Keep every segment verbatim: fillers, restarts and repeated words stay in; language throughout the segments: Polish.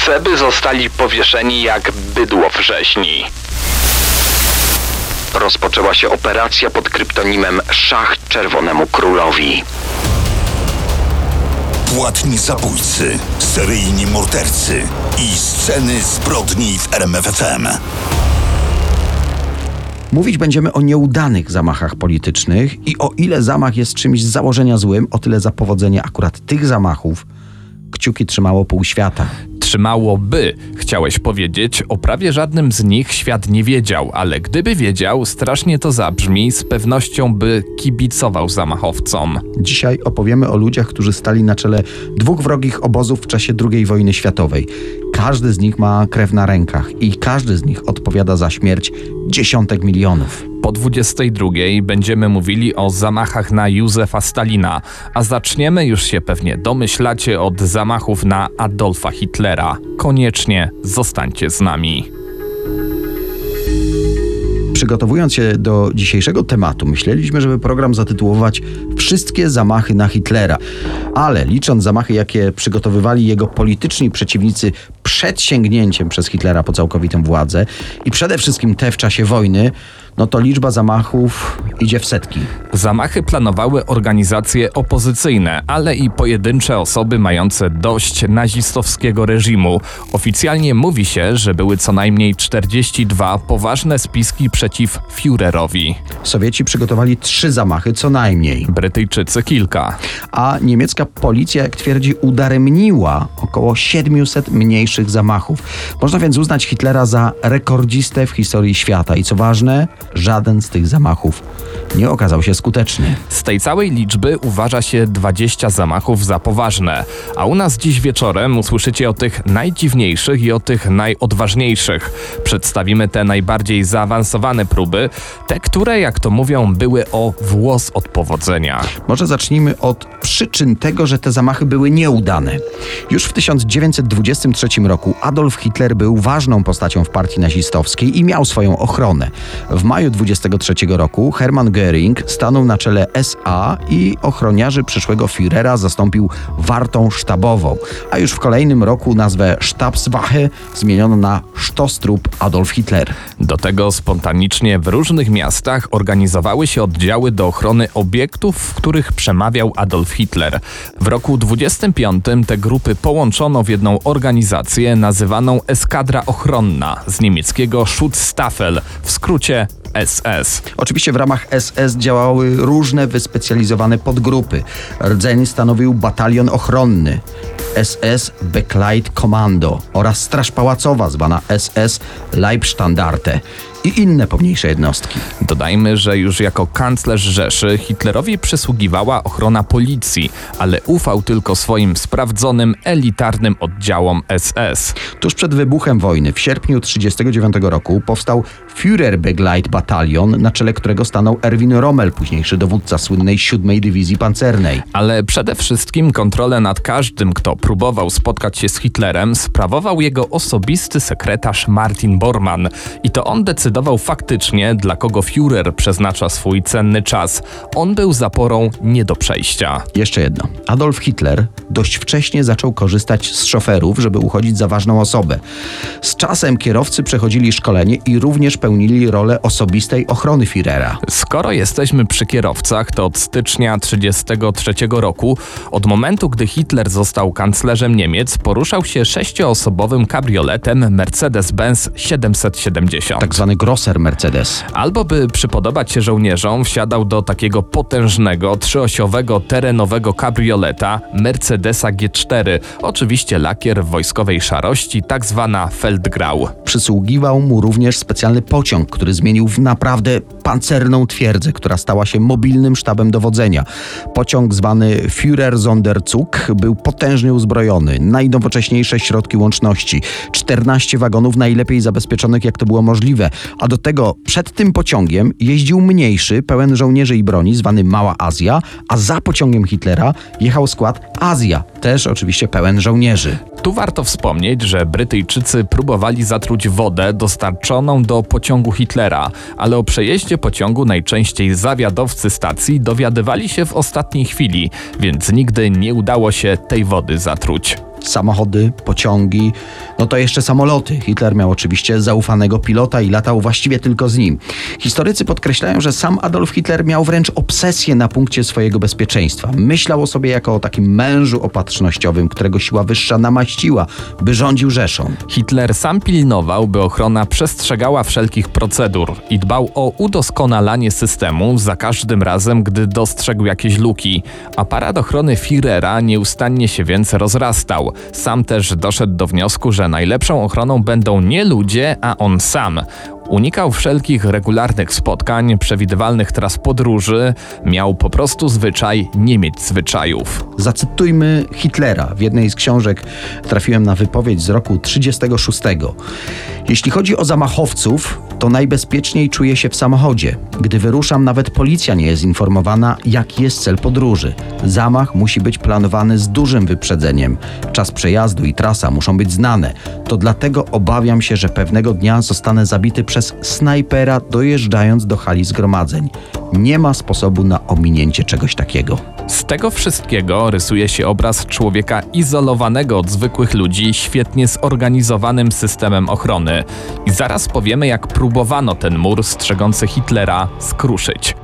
Efeby zostali powieszeni jak bydło w rzeźni. Rozpoczęła się operacja pod kryptonimem Szach Czerwonemu Królowi. Płatni zabójcy, seryjni mordercy i sceny zbrodni w R M F F M. Mówić będziemy o nieudanych zamachach politycznych i o ile zamach jest czymś z założenia złym, o tyle za powodzenie akurat tych zamachów kciuki trzymało pół świata. Trzymałoby, chciałeś powiedzieć, o prawie żadnym z nich świat nie wiedział, ale gdyby wiedział, strasznie to zabrzmi, z pewnością by kibicował zamachowcom. Dzisiaj opowiemy o ludziach, którzy stali na czele dwóch wrogich obozów w czasie drugiej wojny światowej. Każdy z nich ma krew na rękach i każdy z nich odpowiada za śmierć dziesiątek milionów. Po dwudziestej drugiej będziemy mówili o zamachach na Józefa Stalina, a zaczniemy, już się pewnie domyślacie, od zamachów na Adolfa Hitlera. Koniecznie zostańcie z nami. Przygotowując się do dzisiejszego tematu, myśleliśmy, żeby program zatytułować Wszystkie zamachy na Hitlera. Ale licząc zamachy, jakie przygotowywali jego polityczni przeciwnicy przed sięgnięciem przez Hitlera po całkowitą władzę i przede wszystkim te w czasie wojny, no to liczba zamachów idzie w setki. Zamachy planowały organizacje opozycyjne, ale i pojedyncze osoby mające dość nazistowskiego reżimu. Oficjalnie mówi się, że były co najmniej czterdzieści dwa poważne spiski przeciw Führerowi. Sowieci przygotowali trzy zamachy co najmniej. Brytyjczycy kilka. A niemiecka policja, jak twierdzi, udaremniła około siedmiuset mniejszych zamachów. Można więc uznać Hitlera za rekordzistę w historii świata. I co ważne, żaden z tych zamachów nie okazał się skuteczny. Z tej całej liczby uważa się dwadzieścia zamachów za poważne, a u nas dziś wieczorem usłyszycie o tych najdziwniejszych i o tych najodważniejszych. Przedstawimy te najbardziej zaawansowane próby, te, które, jak to mówią, były o włos od powodzenia. Może zacznijmy od przyczyn tego, że te zamachy były nieudane. Już w tysiąc dziewięćset dwudziestym trzecim roku Adolf Hitler był ważną postacią w partii nazistowskiej i miał swoją ochronę. W maju dwudziestego trzeciego roku Hermann Göring stanął na czele S A i ochroniarzy przyszłego Führera zastąpił wartą sztabową, a już w kolejnym roku nazwę Stabswache zmieniono na Stoßtrupp Adolf Hitler. Do tego spontanicznie w różnych miastach organizowały się oddziały do ochrony obiektów, w których przemawiał Adolf Hitler. W roku dwudziestym piątym te grupy połączono w jedną organizację nazywaną Eskadra Ochronna, z niemieckiego Schutzstaffel, w skrócie S S. Oczywiście w ramach S S działały różne wyspecjalizowane podgrupy. Rdzeń stanowił batalion ochronny, S S Begleitkommando oraz Straż Pałacowa zwana S S Leibstandarte i inne pomniejsze jednostki. Dodajmy, że już jako kanclerz Rzeszy Hitlerowi przysługiwała ochrona policji, ale ufał tylko swoim sprawdzonym, elitarnym oddziałom S S. Tuż przed wybuchem wojny w sierpniu tysiąc dziewięćset trzydziestego dziewiątego roku powstał Führerbegleitbataillon, na czele którego stanął Erwin Rommel, późniejszy dowódca słynnej siódmej Dywizji Pancernej. Ale przede wszystkim kontrolę nad każdym, kto próbował spotkać się z Hitlerem, sprawował jego osobisty sekretarz Martin Bormann. I to on decydował faktycznie, dla kogo Führer przeznacza swój cenny czas. On był zaporą nie do przejścia. Jeszcze jedno. Adolf Hitler dość wcześnie zaczął korzystać z szoferów, żeby uchodzić za ważną osobę. Z czasem kierowcy przechodzili szkolenie i również pełnili rolę osobistej ochrony Führera. Skoro jesteśmy przy kierowcach, to od stycznia tysiąc dziewięćset trzydziestego trzeciego roku, od momentu, gdy Hitler został kanclerzem Niemiec, poruszał się sześcioosobowym kabrioletem Mercedes-Benz siedemset siedemdziesiąt. Tak zwany Grosser Mercedes. Albo by przypodobać się żołnierzom, wsiadał do takiego potężnego, trzyosiowego, terenowego kabrioleta Mercedesa G cztery. Oczywiście lakier w wojskowej szarości, tak zwana Feldgrau. Przysługiwał mu również specjalny pociąg, który zmienił w naprawdę pancerną twierdzę, która stała się mobilnym sztabem dowodzenia. Pociąg zwany Führersonderzug był potężnie uzbrojony, najnowocześniejsze środki łączności, czternaście wagonów najlepiej zabezpieczonych jak to było możliwe, a do tego przed tym pociągiem jeździł mniejszy, pełen żołnierzy i broni, zwany Mała Azja, a za pociągiem Hitlera jechał skład Azja, też oczywiście pełen żołnierzy. Tu warto wspomnieć, że Brytyjczycy próbowali zatruć wodę dostarczoną do pociągu Hitlera, ale o przejeździe pociągu najczęściej zawiadowcy stacji dowiadywali się w ostatniej chwili, więc nigdy nie udało się tej wody zatruć. samochody, pociągi, no to jeszcze samoloty. Hitler miał oczywiście zaufanego pilota i latał właściwie tylko z nim. Historycy podkreślają, że sam Adolf Hitler miał wręcz obsesję na punkcie swojego bezpieczeństwa. Myślał o sobie jako o takim mężu opatrznościowym, którego siła wyższa namaściła, by rządził Rzeszą. Hitler sam pilnował, by ochrona przestrzegała wszelkich procedur i dbał o udoskonalanie systemu za każdym razem, gdy dostrzegł jakieś luki. Aparat ochrony Führera nieustannie się więc rozrastał. Sam też doszedł do wniosku, że najlepszą ochroną będą nie ludzie, a on sam. Unikał wszelkich regularnych spotkań, przewidywalnych tras podróży, miał po prostu zwyczaj nie mieć zwyczajów. Zacytujmy Hitlera. W jednej z książek trafiłem na wypowiedź z roku trzydziestego szóstego. Jeśli chodzi o zamachowców, to najbezpieczniej czuję się w samochodzie. Gdy wyruszam, nawet policja nie jest informowana, jaki jest cel podróży. Zamach musi być planowany z dużym wyprzedzeniem. Czas przejazdu i trasa muszą być znane. To dlatego obawiam się, że pewnego dnia zostanę zabity przez snajpera, dojeżdżając do hali zgromadzeń. Nie ma sposobu na ominięcie czegoś takiego. Z tego wszystkiego rysuje się obraz człowieka izolowanego od zwykłych ludzi, świetnie zorganizowanym systemem ochrony. I zaraz powiemy, jak próbowano ten mur strzegący Hitlera skruszyć.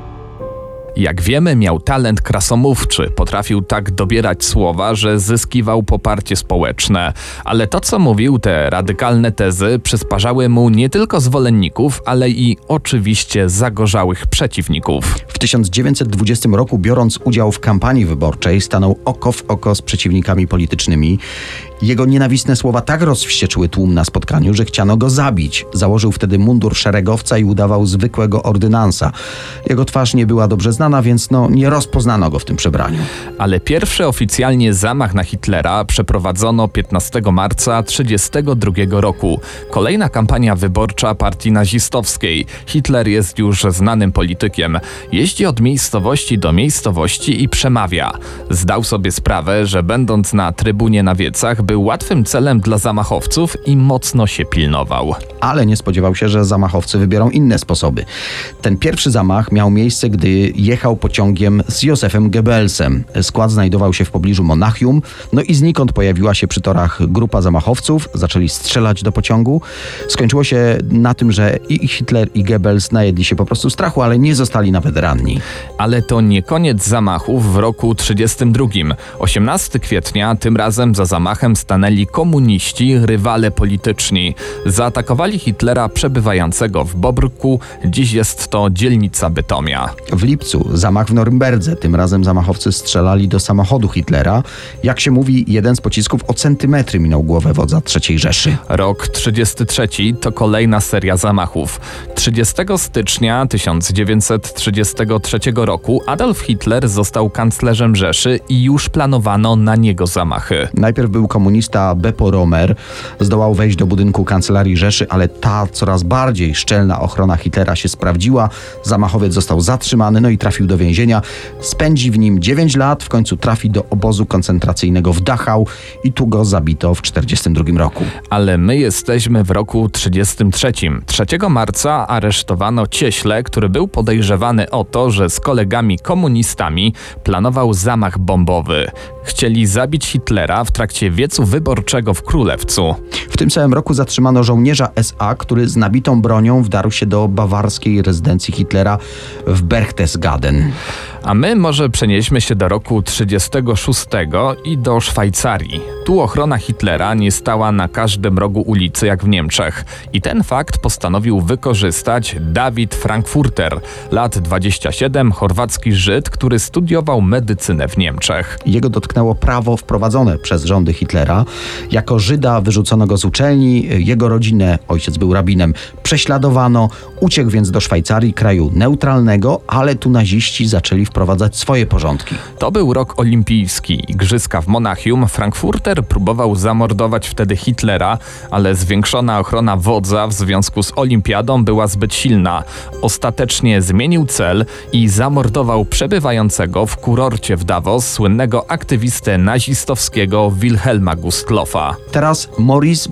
Jak wiemy, miał talent krasomówczy, potrafił tak dobierać słowa, że zyskiwał poparcie społeczne. Ale to, co mówił, te radykalne tezy, przysparzały mu nie tylko zwolenników, ale i oczywiście zagorzałych przeciwników. W tysiąc dziewięćset dwudziestym roku, biorąc udział w kampanii wyborczej, stanął oko w oko z przeciwnikami politycznymi. Jego nienawistne słowa tak rozwścieczyły tłum na spotkaniu, że chciano go zabić. Założył wtedy mundur szeregowca i udawał zwykłego ordynansa. Jego twarz nie była dobrze znana, więc no, nie rozpoznano go w tym przebraniu. Ale pierwszy oficjalnie zamach na Hitlera przeprowadzono piętnastego marca tysiąc dziewięćset trzydziestego drugiego roku. Kolejna kampania wyborcza partii nazistowskiej. Hitler jest już znanym politykiem. Jeździ od miejscowości do miejscowości i przemawia. Zdał sobie sprawę, że będąc na trybunie na Wiecach, był łatwym celem dla zamachowców i mocno się pilnował. Ale nie spodziewał się, że zamachowcy wybiorą inne sposoby. Ten pierwszy zamach miał miejsce, gdy jechał pociągiem z Józefem Goebbelsem. Skład znajdował się w pobliżu Monachium, no i znikąd pojawiła się przy torach grupa zamachowców, zaczęli strzelać do pociągu. Skończyło się na tym, że i Hitler, i Goebbels najedli się po prostu strachu, ale nie zostali nawet ranni. Ale to nie koniec zamachów w roku trzydziestym drugim. osiemnastego kwietnia, tym razem za zamachem stanęli komuniści, rywale polityczni. Zaatakowali Hitlera przebywającego w Bobrku, dziś jest to dzielnica Bytomia. W lipcu zamach w Norymberdze. Tym razem zamachowcy strzelali do samochodu Hitlera. Jak się mówi, jeden z pocisków o centymetry minął głowę wodza trzeciej Rzeszy. Rok trzydziesty trzeci to kolejna seria zamachów. trzydziestego stycznia tysiąc dziewięćset trzydziestego trzeciego roku Adolf Hitler został kanclerzem Rzeszy i już planowano na niego zamachy. Najpierw był komunista Beppo Romer. Zdołał wejść do budynku kancelarii Rzeszy, ale ta coraz bardziej szczelna ochrona Hitlera się sprawdziła. Zamachowiec został zatrzymany, no i trafił do więzienia. Spędzi w nim dziewięć lat, w końcu trafi do obozu koncentracyjnego w Dachau i tu go zabito w czterdziestym drugim roku. Ale my jesteśmy w roku trzydziestym trzecim. trzeciego marca aresztowano Cieśle, który był podejrzewany o to, że z kolegami komunistami planował zamach bombowy. Chcieli zabić Hitlera w trakcie wiecu wyborczego w Królewcu. W tym samym roku zatrzymano żołnierza S A, który z nabitą bronią wdarł się do bawarskiej rezydencji Hitlera w Berchtesgaden. A my może przenieśmy się do roku trzydziestego szóstego i do Szwajcarii. Tu ochrona Hitlera nie stała na każdym rogu ulicy jak w Niemczech. I ten fakt postanowił wykorzystać Dawid Frankfurter, lat dwadzieścia siedem, chorwacki Żyd, który studiował medycynę w Niemczech. Jego dotknęło prawo wprowadzone przez rządy Hitlera. Jako Żyda wyrzucono go z uczelni, jego rodzinę, ojciec był rabinem, prześladowano, uciekł więc do Szwajcarii, kraju neutralnego, ale tu naziści zaczęli wprowadzać swoje porządki. To był rok olimpijski. Igrzyska w Monachium. Frankfurter próbował zamordować wtedy Hitlera, ale zwiększona ochrona wodza w związku z olimpiadą była zbyt silna. Ostatecznie zmienił cel i zamordował przebywającego w kurorcie w Davos słynnego aktywistę nazistowskiego Wilhelma Gustlofa. Teraz Maurice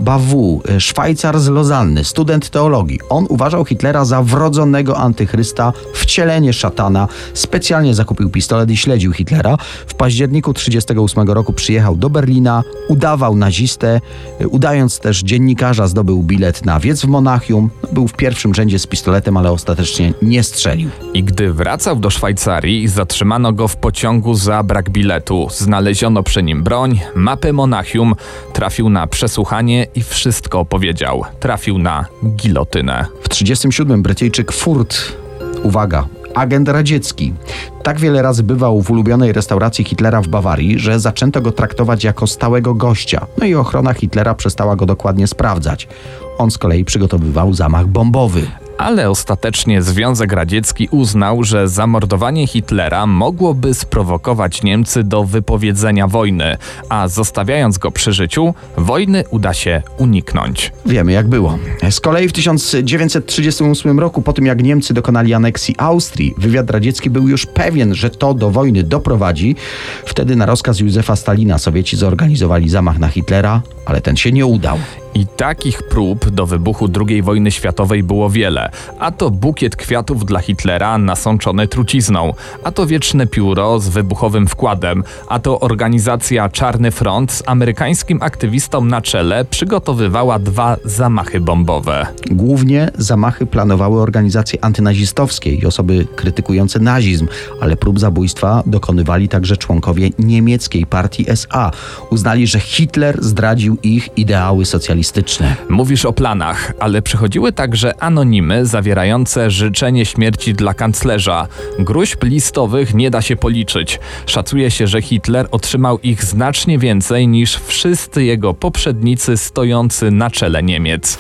Bawu, Szwajcar z Lozanny, student teologii. On uważał Hitlera za wrodzonego antychrysta, wcielenie szatana. Specjalnie zakupił pistolet i śledził Hitlera. W październiku tysiąc dziewięćset trzydziestego ósmego roku przyjechał do Berlina, udawał nazistę, udając też dziennikarza zdobył bilet na wiec w Monachium. Był w pierwszym rzędzie z pistoletem, ale ostatecznie nie strzelił. I gdy wracał do Szwajcarii, zatrzymano go w pociągu za brak biletu. Znaleziono przy nim broń, mapę Monachium, trafił na przesłuchanie i wszystko opowiedział. Trafił na gilotynę. W tysiąc dziewięćset trzydziestym siódmym Brytyjczyk Furt, uwaga, agent radziecki, tak wiele razy bywał w ulubionej restauracji Hitlera w Bawarii, że zaczęto go traktować jako stałego gościa. No i ochrona Hitlera przestała go dokładnie sprawdzać. On z kolei przygotowywał zamach bombowy. Ale ostatecznie Związek Radziecki uznał, że zamordowanie Hitlera mogłoby sprowokować Niemcy do wypowiedzenia wojny, a zostawiając go przy życiu, wojny uda się uniknąć. Wiemy jak było. Z kolei w tysiąc dziewięćset trzydziestym ósmym roku, po tym jak Niemcy dokonali aneksji Austrii, wywiad radziecki był już pewien, że to do wojny doprowadzi. Wtedy na rozkaz Józefa Stalina Sowieci zorganizowali zamach na Hitlera, ale ten się nie udał. I takich prób do wybuchu drugiej wojny światowej było wiele. A to bukiet kwiatów dla Hitlera nasączony trucizną, a to wieczne pióro z wybuchowym wkładem, a to organizacja Czarny Front z amerykańskim aktywistą na czele przygotowywała dwa zamachy bombowe. Głównie zamachy planowały organizacje antynazistowskie i osoby krytykujące nazizm, ale prób zabójstwa dokonywali także członkowie niemieckiej partii S A. Uznali, że Hitler zdradził ich ideały socjalistyczne. Mówisz o planach, ale przychodziły także anonimy zawierające życzenie śmierci dla kanclerza. Gróźb listowych nie da się policzyć. Szacuje się, że Hitler otrzymał ich znacznie więcej niż wszyscy jego poprzednicy stojący na czele Niemiec.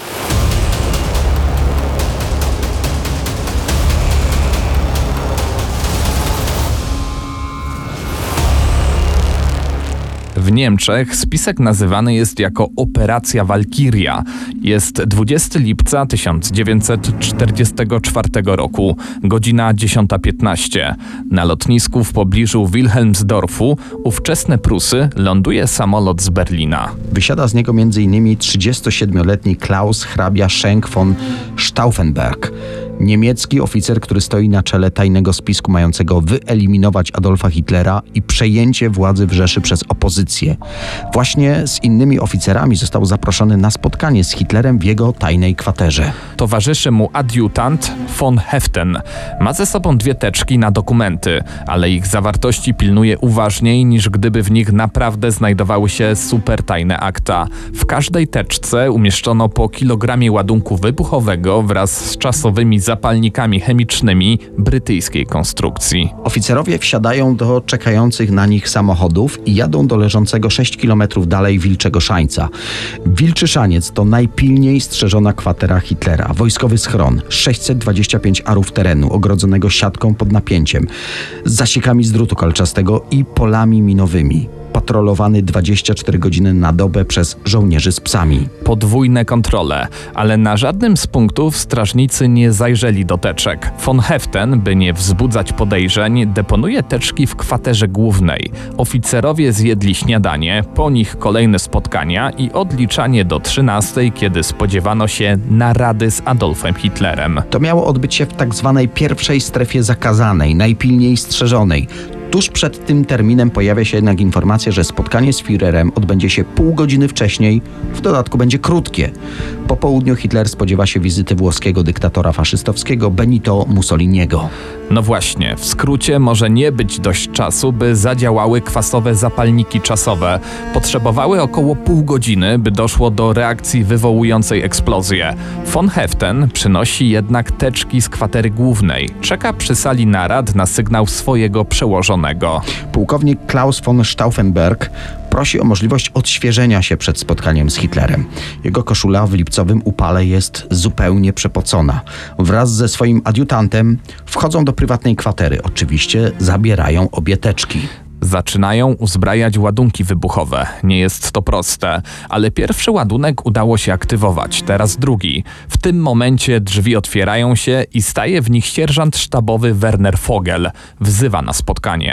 W Niemczech spisek nazywany jest jako Operacja Walkiria. Jest dwudziestego lipca tysiąc dziewięćset czterdziestego czwartego roku, godzina dziesiąta piętnaście. Na lotnisku w pobliżu Wilhelmsdorfu, ówczesne Prusy, ląduje samolot z Berlina. Wysiada z niego między innymi trzydziestosiedmioletni Klaus hrabia Schenk von Stauffenberg. Niemiecki oficer, który stoi na czele tajnego spisku mającego wyeliminować Adolfa Hitlera i przejęcie władzy w Rzeszy przez opozycję. Właśnie z innymi oficerami został zaproszony na spotkanie z Hitlerem w jego tajnej kwaterze. Towarzyszy mu adiutant von Heften. Ma ze sobą dwie teczki na dokumenty, ale ich zawartości pilnuje uważniej, niż gdyby w nich naprawdę znajdowały się supertajne akta. W każdej teczce umieszczono po kilogramie ładunku wybuchowego wraz z czasowymi zapalnikami chemicznymi brytyjskiej konstrukcji. Oficerowie wsiadają do czekających na nich samochodów i jadą do leżącego sześć kilometrów dalej Wilczego Szańca. Wilczy Szaniec to najpilniej strzeżona kwatera Hitlera. Wojskowy schron, sześćset dwadzieścia pięć arów terenu ogrodzonego siatką pod napięciem, z zasiekami z drutu kolczastego i polami minowymi. Patrolowany dwadzieścia cztery godziny na dobę przez żołnierzy z psami. Podwójne kontrole, ale na żadnym z punktów strażnicy nie zajrzeli do teczek. Von Heften, by nie wzbudzać podejrzeń, deponuje teczki w kwaterze głównej. Oficerowie zjedli śniadanie, po nich kolejne spotkania i odliczanie do trzynastej, kiedy spodziewano się narady z Adolfem Hitlerem. To miało odbyć się w tak zwanej pierwszej strefie zakazanej, najpilniej strzeżonej. Tuż przed tym terminem pojawia się jednak informacja, że spotkanie z Führerem odbędzie się pół godziny wcześniej, w dodatku będzie krótkie. Po południu Hitler spodziewa się wizyty włoskiego dyktatora faszystowskiego Benito Mussoliniego. No właśnie, w skrócie może nie być dość czasu, by zadziałały kwasowe zapalniki czasowe. Potrzebowały około pół godziny, by doszło do reakcji wywołującej eksplozję. Von Heften przynosi jednak teczki z kwatery głównej. Czeka przy sali narad na sygnał swojego przełożonego. Pułkownik Klaus von Stauffenberg prosi o możliwość odświeżenia się przed spotkaniem z Hitlerem. Jego koszula w lipcowym upale jest zupełnie przepocona. Wraz ze swoim adiutantem wchodzą do prywatnej kwatery. Oczywiście zabierają obie teczki. Zaczynają uzbrajać ładunki wybuchowe. Nie jest to proste, ale pierwszy ładunek udało się aktywować, teraz drugi. W tym momencie drzwi otwierają się i staje w nich sierżant sztabowy Werner Vogel. Wzywa na spotkanie.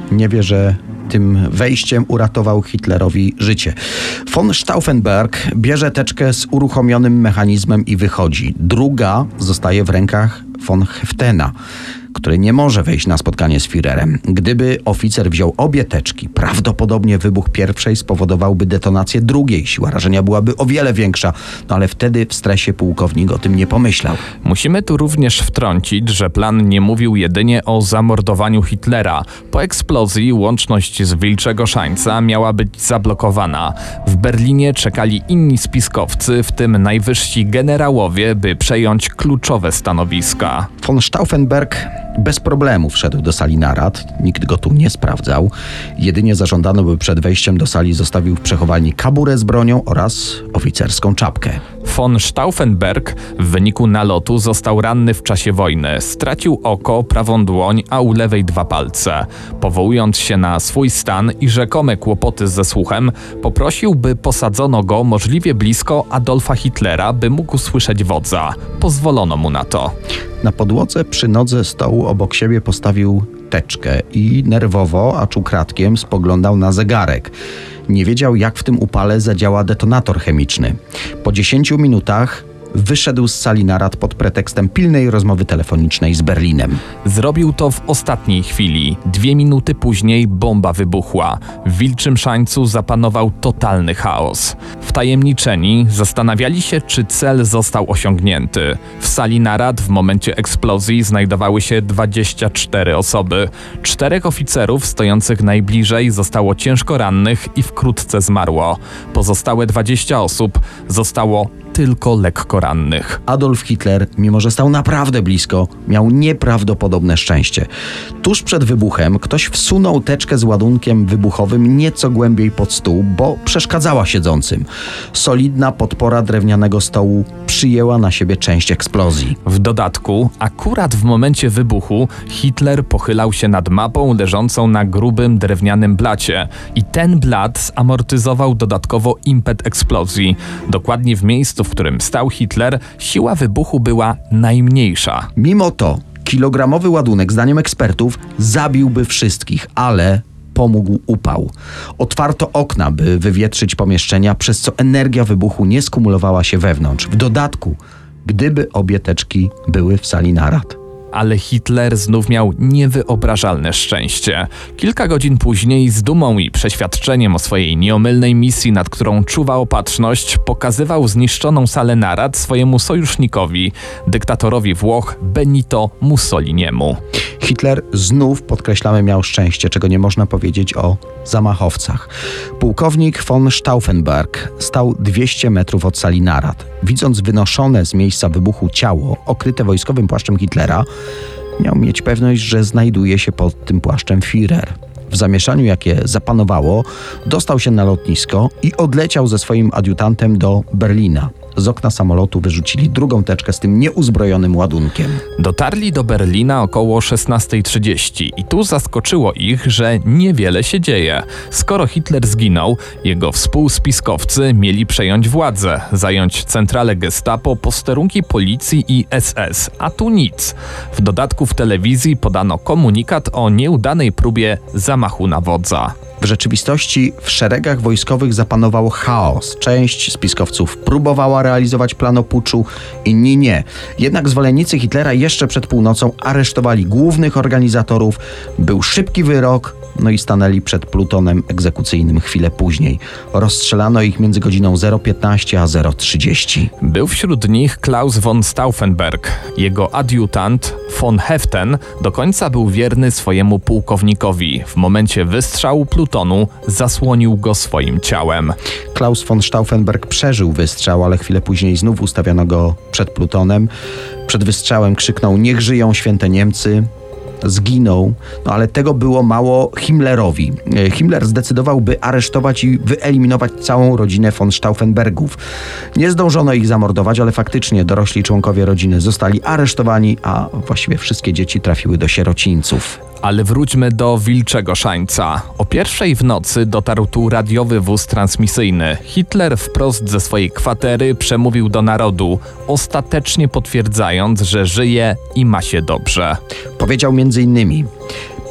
Nie wie, że tym wejściem uratował Hitlerowi życie. Von Stauffenberg bierze teczkę z uruchomionym mechanizmem i wychodzi. Druga zostaje w rękach von Heftena, który nie może wejść na spotkanie z Führerem. Gdyby oficer wziął obie teczki, prawdopodobnie wybuch pierwszej spowodowałby detonację drugiej. Siła rażenia byłaby o wiele większa, no ale wtedy w stresie pułkownik o tym nie pomyślał. Musimy tu również wtrącić, że plan nie mówił jedynie o zamordowaniu Hitlera. Po eksplozji łączność z Wilczego Szańca miała być zablokowana. W Berlinie czekali inni spiskowcy, w tym najwyżsi generałowie, by przejąć kluczowe stanowiska. Von Stauffenberg bez problemu wszedł do sali narad. Nikt go tu nie sprawdzał. Jedynie zażądano, by przed wejściem do sali zostawił w przechowalni kaburę z bronią oraz oficerską czapkę. Von Stauffenberg w wyniku nalotu został ranny w czasie wojny. Stracił oko, prawą dłoń, a u lewej dwa palce. Powołując się na swój stan i rzekome kłopoty ze słuchem, poprosił, by posadzono go możliwie blisko Adolfa Hitlera, by mógł słyszeć wodza. Pozwolono mu na to. Na podłodze przy nodze stołu obok siebie postawił teczkę i nerwowo, acz ukradkiem spoglądał na zegarek. Nie wiedział, jak w tym upale zadziała detonator chemiczny. Po dziesięciu minutach wyszedł z sali narad pod pretekstem pilnej rozmowy telefonicznej z Berlinem. Zrobił to w ostatniej chwili. Dwie minuty później bomba wybuchła. W Wilczym Szańcu zapanował totalny chaos. Wtajemniczeni zastanawiali się, czy cel został osiągnięty. W sali narad w momencie eksplozji znajdowały się dwadzieścia cztery osoby. Czterech oficerów stojących najbliżej zostało ciężko rannych i wkrótce zmarło. Pozostałe dwadzieścia osób zostało tylko lekko rannych. Adolf Hitler, mimo że stał naprawdę blisko, miał nieprawdopodobne szczęście. Tuż przed wybuchem ktoś wsunął teczkę z ładunkiem wybuchowym nieco głębiej pod stół, bo przeszkadzała siedzącym. Solidna podpora drewnianego stołu przyjęła na siebie część eksplozji. W dodatku, akurat w momencie wybuchu, Hitler pochylał się nad mapą leżącą na grubym drewnianym blacie i ten blat zamortyzował dodatkowo impet eksplozji. Dokładnie w miejscu, w którym stał Hitler, siła wybuchu była najmniejsza. Mimo to kilogramowy ładunek, zdaniem ekspertów, zabiłby wszystkich, ale pomógł upał. Otwarto okna, by wywietrzyć pomieszczenia, przez co energia wybuchu nie skumulowała się wewnątrz. W dodatku, gdyby obie teczki były w sali narad. Ale Hitler znów miał niewyobrażalne szczęście. Kilka godzin później z dumą i przeświadczeniem o swojej nieomylnej misji, nad którą czuwa opatrzność, pokazywał zniszczoną salę narad swojemu sojusznikowi, dyktatorowi Włoch Benito Mussoliniemu. Hitler znów, podkreślamy, miał szczęście, czego nie można powiedzieć o zamachowcach. Pułkownik von Stauffenberg stał dwieście metrów od sali narad. Widząc wynoszone z miejsca wybuchu ciało, okryte wojskowym płaszczem Hitlera, miał mieć pewność, że znajduje się pod tym płaszczem Führer. W zamieszaniu, jakie zapanowało, dostał się na lotnisko i odleciał ze swoim adiutantem do Berlina. Z okna samolotu wyrzucili drugą teczkę z tym nieuzbrojonym ładunkiem. Dotarli do Berlina około szesnasta trzydzieści i tu zaskoczyło ich, że niewiele się dzieje. Skoro Hitler zginął, jego współspiskowcy mieli przejąć władzę, zająć centralę Gestapo, posterunki policji i S S, a tu nic. W dodatku w telewizji podano komunikat o nieudanej próbie zamachu na wodza. W rzeczywistości w szeregach wojskowych zapanował chaos. Część spiskowców próbowała realizować plan o puczu, inni nie. Jednak zwolennicy Hitlera jeszcze przed północą aresztowali głównych organizatorów. Był szybki wyrok, no i stanęli przed plutonem egzekucyjnym chwilę później. Rozstrzelano ich między godziną zero piętnaście a zero trzydzieści. Był wśród nich Klaus von Stauffenberg. Jego adiutant von Heften do końca był wierny swojemu pułkownikowi. W momencie wystrzału plutonu zasłonił go swoim ciałem. Klaus von Stauffenberg przeżył wystrzał, ale chwilę później znów ustawiono go przed plutonem. Przed wystrzałem krzyknął: "Niech żyją święte Niemcy!" Zginął, no ale tego było mało Himmlerowi. Himmler zdecydował, by aresztować i wyeliminować całą rodzinę von Stauffenbergów. Nie zdążono ich zamordować, ale faktycznie dorośli członkowie rodziny zostali aresztowani, a właściwie wszystkie dzieci trafiły do sierocińców. Ale wróćmy do Wilczego Szańca. O pierwszej w nocy dotarł tu radiowy wóz transmisyjny. Hitler wprost ze swojej kwatery przemówił do narodu, ostatecznie potwierdzając, że żyje i ma się dobrze. Powiedział między innymi: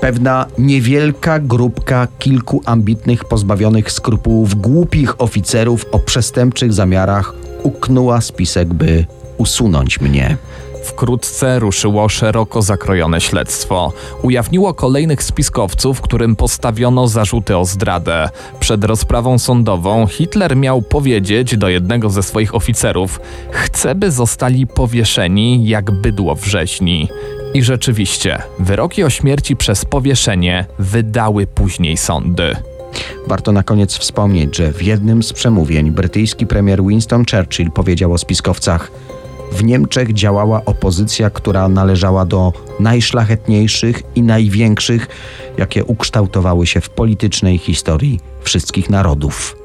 Pewna niewielka grupka kilku ambitnych, pozbawionych skrupułów, głupich oficerów o przestępczych zamiarach uknęła spisek, by usunąć mnie. Wkrótce ruszyło szeroko zakrojone śledztwo. Ujawniło kolejnych spiskowców, którym postawiono zarzuty o zdradę. Przed rozprawą sądową Hitler miał powiedzieć do jednego ze swoich oficerów: chcę, by zostali powieszeni jak bydło w rzeźni. I rzeczywiście, wyroki o śmierci przez powieszenie wydały później sądy. Warto na koniec wspomnieć, że w jednym z przemówień brytyjski premier Winston Churchill powiedział o spiskowcach: w Niemczech działała opozycja, która należała do najszlachetniejszych i największych, jakie ukształtowały się w politycznej historii wszystkich narodów.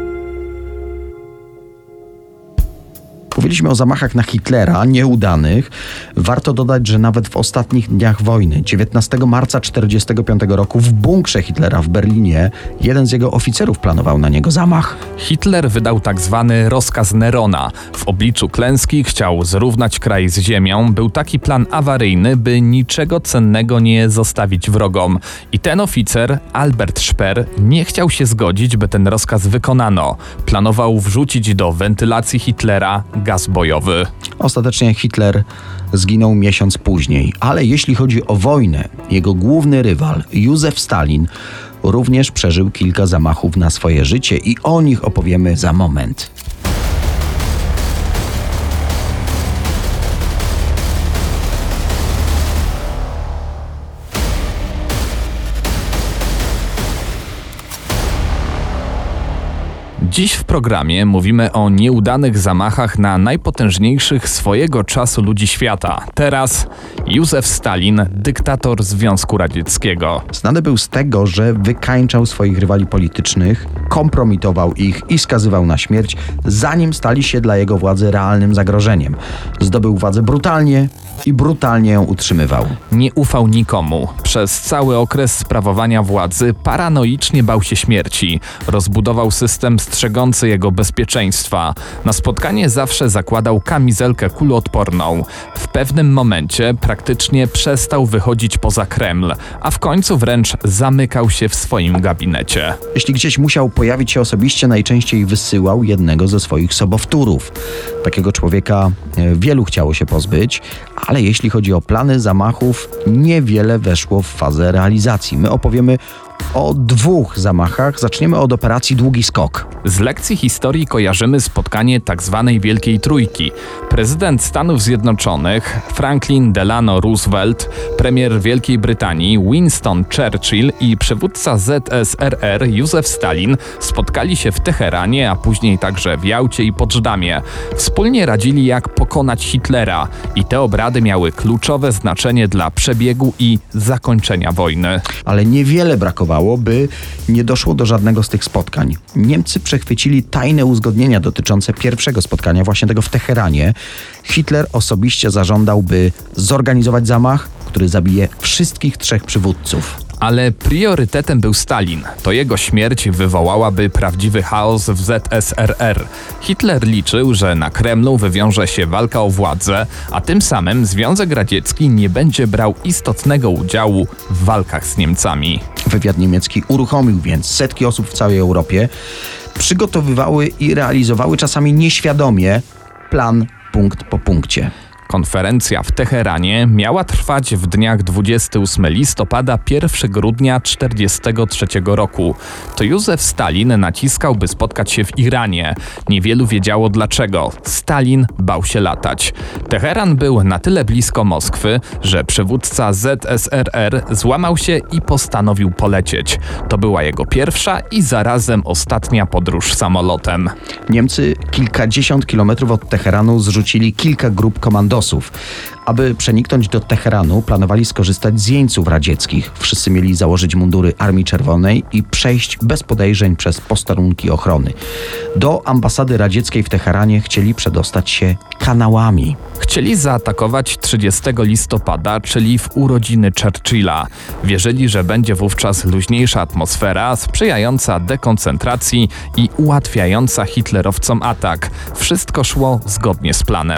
Mówiliśmy o zamachach na Hitlera, nieudanych. Warto dodać, że nawet w ostatnich dniach wojny, dziewiętnastego marca tysiąc dziewięćset czterdziestego piątego roku, w bunkrze Hitlera w Berlinie, jeden z jego oficerów planował na niego zamach. Hitler wydał tak zwany rozkaz Nerona. W obliczu klęski chciał zrównać kraj z ziemią. Był taki plan awaryjny, by niczego cennego nie zostawić wrogom. I ten oficer, Albert Speer, nie chciał się zgodzić, by ten rozkaz wykonano. Planował wrzucić do wentylacji Hitlera gaz bojowy. Ostatecznie Hitler zginął miesiąc później, ale jeśli chodzi o wojnę, jego główny rywal, Józef Stalin, również przeżył kilka zamachów na swoje życie i o nich opowiemy za moment. Dziś w programie mówimy o nieudanych zamachach na najpotężniejszych swojego czasu ludzi świata. Teraz Józef Stalin, dyktator Związku Radzieckiego. Znany był z tego, że wykańczał swoich rywali politycznych, kompromitował ich i skazywał na śmierć, zanim stali się dla jego władzy realnym zagrożeniem. Zdobył władzę brutalnie i brutalnie ją utrzymywał. Nie ufał nikomu. Przez cały okres sprawowania władzy paranoicznie bał się śmierci. Rozbudował system strzegący jego bezpieczeństwa. Na spotkanie zawsze zakładał kamizelkę kuloodporną. W pewnym momencie praktycznie przestał wychodzić poza Kreml, a w końcu wręcz zamykał się w swoim gabinecie. Jeśli gdzieś musiał pojawić się osobiście, najczęściej wysyłał jednego ze swoich sobowtórów. Takiego człowieka wielu chciało się pozbyć, ale jeśli chodzi o plany zamachów, niewiele weszło w fazę realizacji. My opowiemy o dwóch zamachach. Zaczniemy od operacji Długi Skok. Z lekcji historii kojarzymy spotkanie tzw. Wielkiej Trójki. Prezydent Stanów Zjednoczonych Franklin Delano Roosevelt, premier Wielkiej Brytanii Winston Churchill i przywódca Z S R R Józef Stalin spotkali się w Teheranie, a później także w Jałcie i Poczdamie. Wspólnie radzili, jak pokonać Hitlera, i te obrady miały kluczowe znaczenie dla przebiegu i zakończenia wojny. Ale niewiele brakowało, by nie doszło do żadnego z tych spotkań. Niemcy przechwycili tajne uzgodnienia dotyczące pierwszego spotkania, właśnie tego w Teheranie. Hitler osobiście zażądał, by zorganizować zamach, który zabije wszystkich trzech przywódców. Ale priorytetem był Stalin. To jego śmierć wywołałaby prawdziwy chaos w Z S R R. Hitler liczył, że na Kremlu wywiąże się walka o władzę, a tym samym Związek Radziecki nie będzie brał istotnego udziału w walkach z Niemcami. Wywiad niemiecki uruchomił więc setki osób w całej Europie, przygotowywały i realizowały czasami nieświadomie plan punkt po punkcie. Konferencja w Teheranie miała trwać w dniach dwudziestego ósmego listopada do pierwszego grudnia tysiąc dziewięćset czterdziestego trzeciego roku. To Józef Stalin naciskał, by spotkać się w Iranie. Niewielu wiedziało dlaczego. Stalin bał się latać. Teheran był na tyle blisko Moskwy, że przywódca Z S R R złamał się i postanowił polecieć. To była jego pierwsza i zarazem ostatnia podróż samolotem. Niemcy kilkadziesiąt kilometrów od Teheranu zrzucili kilka grup komandosów. Aby przeniknąć do Teheranu, planowali skorzystać z jeńców radzieckich. Wszyscy mieli założyć mundury Armii Czerwonej i przejść bez podejrzeń przez posterunki ochrony. Do ambasady radzieckiej w Teheranie chcieli przedostać się kanałami. Chcieli zaatakować trzydziestego listopada, czyli w urodziny Churchilla. Wierzyli, że będzie wówczas luźniejsza atmosfera, sprzyjająca dekoncentracji i ułatwiająca hitlerowcom atak. Wszystko szło zgodnie z planem.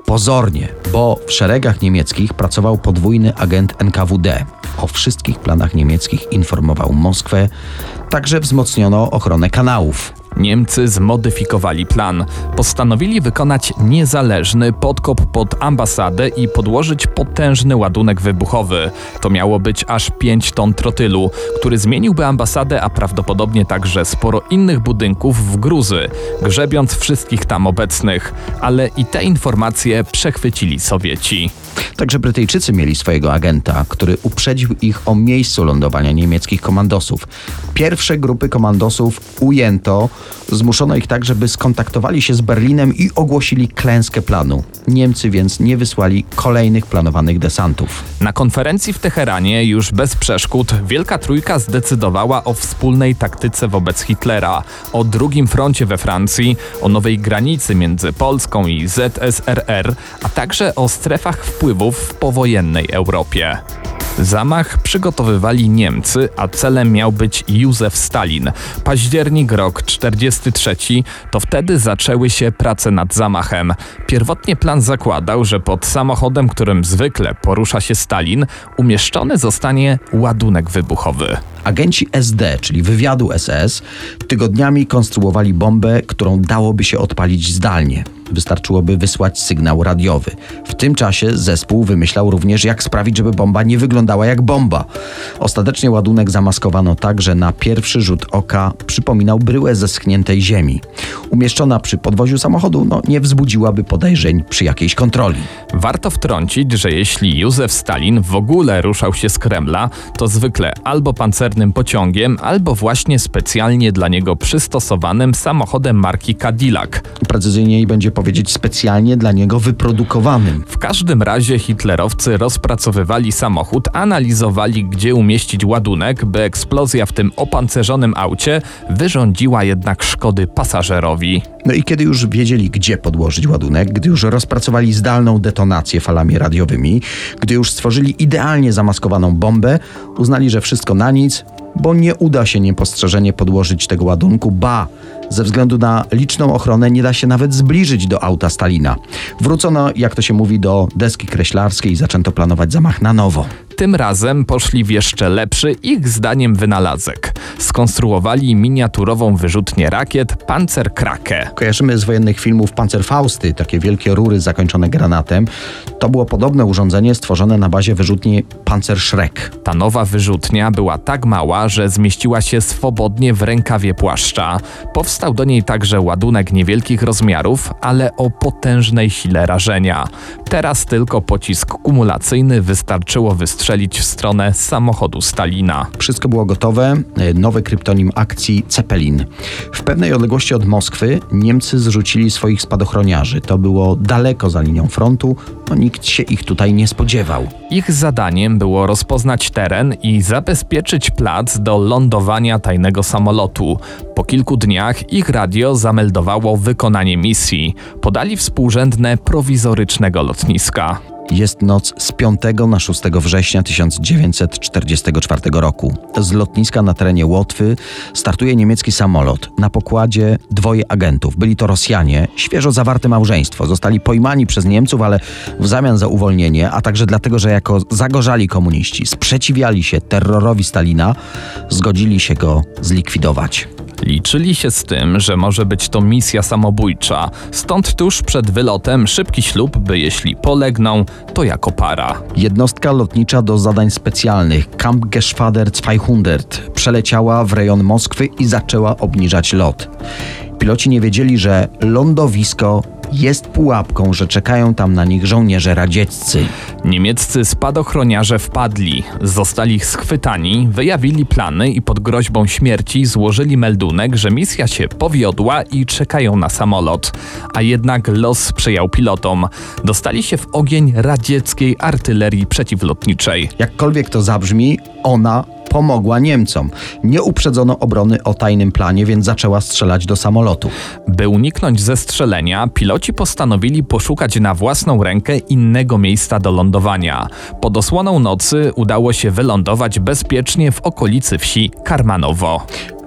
Pozornie, bo w szeregach niemieckich pracował podwójny agent N K W D. O wszystkich planach niemieckich informował Moskwę, także wzmocniono ochronę kanałów. Niemcy zmodyfikowali plan. Postanowili wykonać niezależny podkop pod ambasadę i podłożyć potężny ładunek wybuchowy. To miało być aż pięć ton trotylu, który zmieniłby ambasadę, a prawdopodobnie także sporo innych budynków w gruzy, grzebiąc wszystkich tam obecnych. Ale i te informacje przechwycili Sowieci. Także Brytyjczycy mieli swojego agenta, który uprzedził ich o miejscu lądowania niemieckich komandosów. Pierwsze grupy komandosów ujęto, zmuszono ich tak, żeby skontaktowali się z Berlinem i ogłosili klęskę planu. Niemcy więc nie wysłali kolejnych planowanych desantów. Na konferencji w Teheranie już bez przeszkód Wielka Trójka zdecydowała o wspólnej taktyce wobec Hitlera, o drugim froncie we Francji, o nowej granicy między Polską i Z S R R, a także o strefach wpływów w powojennej Europie. Zamach przygotowywali Niemcy, a celem miał być Józef Stalin. Październik rok czterdziesty trzeci, to wtedy zaczęły się prace nad zamachem. Pierwotnie plan zakładał, że pod samochodem, którym zwykle porusza się Stalin, umieszczony zostanie ładunek wybuchowy. Agenci S D, czyli wywiadu S S, tygodniami konstruowali bombę, którą dałoby się odpalić zdalnie. Wystarczyłoby wysłać sygnał radiowy. W tym czasie zespół wymyślał również, jak sprawić, żeby bomba nie wyglądała jak bomba. Ostatecznie ładunek zamaskowano tak, że na pierwszy rzut oka przypominał bryłę ze schniętej ziemi. Umieszczona przy podwoziu samochodu no, nie wzbudziłaby podejrzeń przy jakiejś kontroli. Warto wtrącić, że jeśli Józef Stalin w ogóle ruszał się z Kremla, to zwykle albo pancernym pociągiem, albo właśnie specjalnie dla niego przystosowanym samochodem marki Cadillac. Precyzyjniej będzie powiedzieć specjalnie dla niego wyprodukowanym. W każdym razie hitlerowcy rozpracowywali samochód, analizowali, gdzie umieścić ładunek, by eksplozja w tym opancerzonym aucie wyrządziła jednak szkody pasażerowi. No i kiedy już wiedzieli, gdzie podłożyć ładunek, gdy już rozpracowali zdalną detonację falami radiowymi, gdy już stworzyli idealnie zamaskowaną bombę, uznali, że wszystko na nic, bo nie uda się niepostrzeżenie podłożyć tego ładunku, ba, ze względu na liczną ochronę nie da się nawet zbliżyć do auta Stalina. Wrócono, jak to się mówi, do deski kreślarskiej i zaczęto planować zamach na nowo. Tym razem poszli w jeszcze lepszy, ich zdaniem, wynalazek. Skonstruowali miniaturową wyrzutnię rakiet Panzerkrake. Kojarzymy z wojennych filmów Panzerfausty, takie wielkie rury zakończone granatem. To było podobne urządzenie stworzone na bazie wyrzutni Panzerschreck. Ta nowa wyrzutnia była tak mała, że zmieściła się swobodnie w rękawie płaszcza. Powstał do niej także ładunek niewielkich rozmiarów, ale o potężnej sile rażenia. Teraz tylko pocisk kumulacyjny wystarczyło wystrzelić w stronę samochodu Stalina. Wszystko było gotowe, nowy kryptonim akcji Zeppelin. W pewnej odległości od Moskwy Niemcy zrzucili swoich spadochroniarzy. To było daleko za linią frontu, no nikt się ich tutaj nie spodziewał. Ich zadaniem było rozpoznać teren i zabezpieczyć plac do lądowania tajnego samolotu. Po kilku dniach ich radio zameldowało wykonanie misji. Podali współrzędne prowizorycznego lotniska. Jest noc z piątego na szóstego września tysiąc dziewięćset czterdziestego czwartego roku. Z lotniska na terenie Łotwy startuje niemiecki samolot. Na pokładzie dwoje agentów. Byli to Rosjanie, świeżo zawarte małżeństwo. Zostali pojmani przez Niemców, ale w zamian za uwolnienie, a także dlatego, że jako zagorzali komuniści sprzeciwiali się terrorowi Stalina, zgodzili się go zlikwidować. Liczyli się z tym, że może być to misja samobójcza, stąd tuż przed wylotem szybki ślub, by jeśli polegną, to jako para. Jednostka lotnicza do zadań specjalnych Kampfgeschwader dwieście przeleciała w rejon Moskwy i zaczęła obniżać lot. Piloci nie wiedzieli, że lądowisko jest pułapką, że czekają tam na nich żołnierze radzieccy. Niemieccy spadochroniarze wpadli, zostali schwytani, wyjawili plany i pod groźbą śmierci złożyli meldunek, że misja się powiodła i czekają na samolot. A jednak los sprzyjał pilotom. Dostali się w ogień radzieckiej artylerii przeciwlotniczej. Jakkolwiek to zabrzmi, ona pomogła Niemcom. Nie uprzedzono obrony o tajnym planie, więc zaczęła strzelać do samolotu. By uniknąć zestrzelenia, piloci postanowili poszukać na własną rękę innego miejsca do lądowania. Pod osłoną nocy udało się wylądować bezpiecznie w okolicy wsi Karmanowo.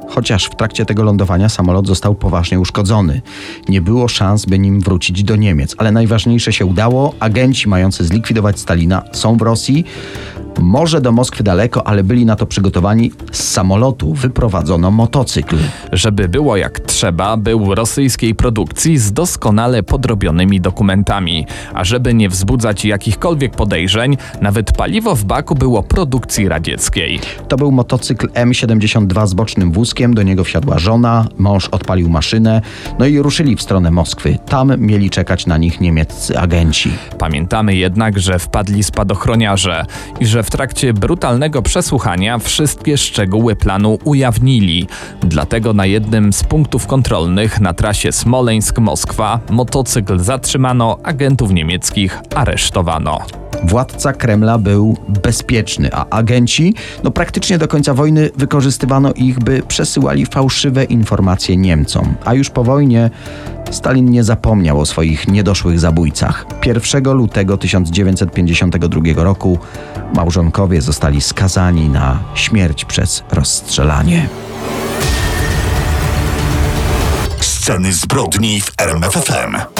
chociaż w trakcie tego lądowania samolot został poważnie uszkodzony. Nie było szans, by nim wrócić do Niemiec, ale najważniejsze się udało. Agenci mający zlikwidować Stalina są w Rosji. Może do Moskwy daleko, ale byli na to przygotowani. Z samolotu wyprowadzono motocykl. Żeby było jak trzeba, był rosyjskiej produkcji z doskonale podrobionymi dokumentami. A żeby nie wzbudzać jakichkolwiek podejrzeń, nawet paliwo w baku było produkcji radzieckiej. To był motocykl M siedemdziesiąt dwa z bocznym wózkiem, do niego wsiadła żona, mąż odpalił maszynę, no i ruszyli w stronę Moskwy. Tam mieli czekać na nich niemieccy agenci. Pamiętamy jednak, że wpadli spadochroniarze i że w trakcie brutalnego przesłuchania wszystkie szczegóły planu ujawnili. Dlatego na jednym z punktów kontrolnych na trasie Smoleńsk-Moskwa motocykl zatrzymano, agentów niemieckich aresztowano. Władca Kremla był bezpieczny, a agenci, no praktycznie do końca wojny wykorzystywano ich, by przesyłali fałszywe informacje Niemcom. A już po wojnie Stalin nie zapomniał o swoich niedoszłych zabójcach. pierwszego lutego tysiąc dziewięćset pięćdziesiątego drugiego roku małżonkowie zostali skazani na śmierć przez rozstrzelanie. Sceny zbrodni w R M F F M.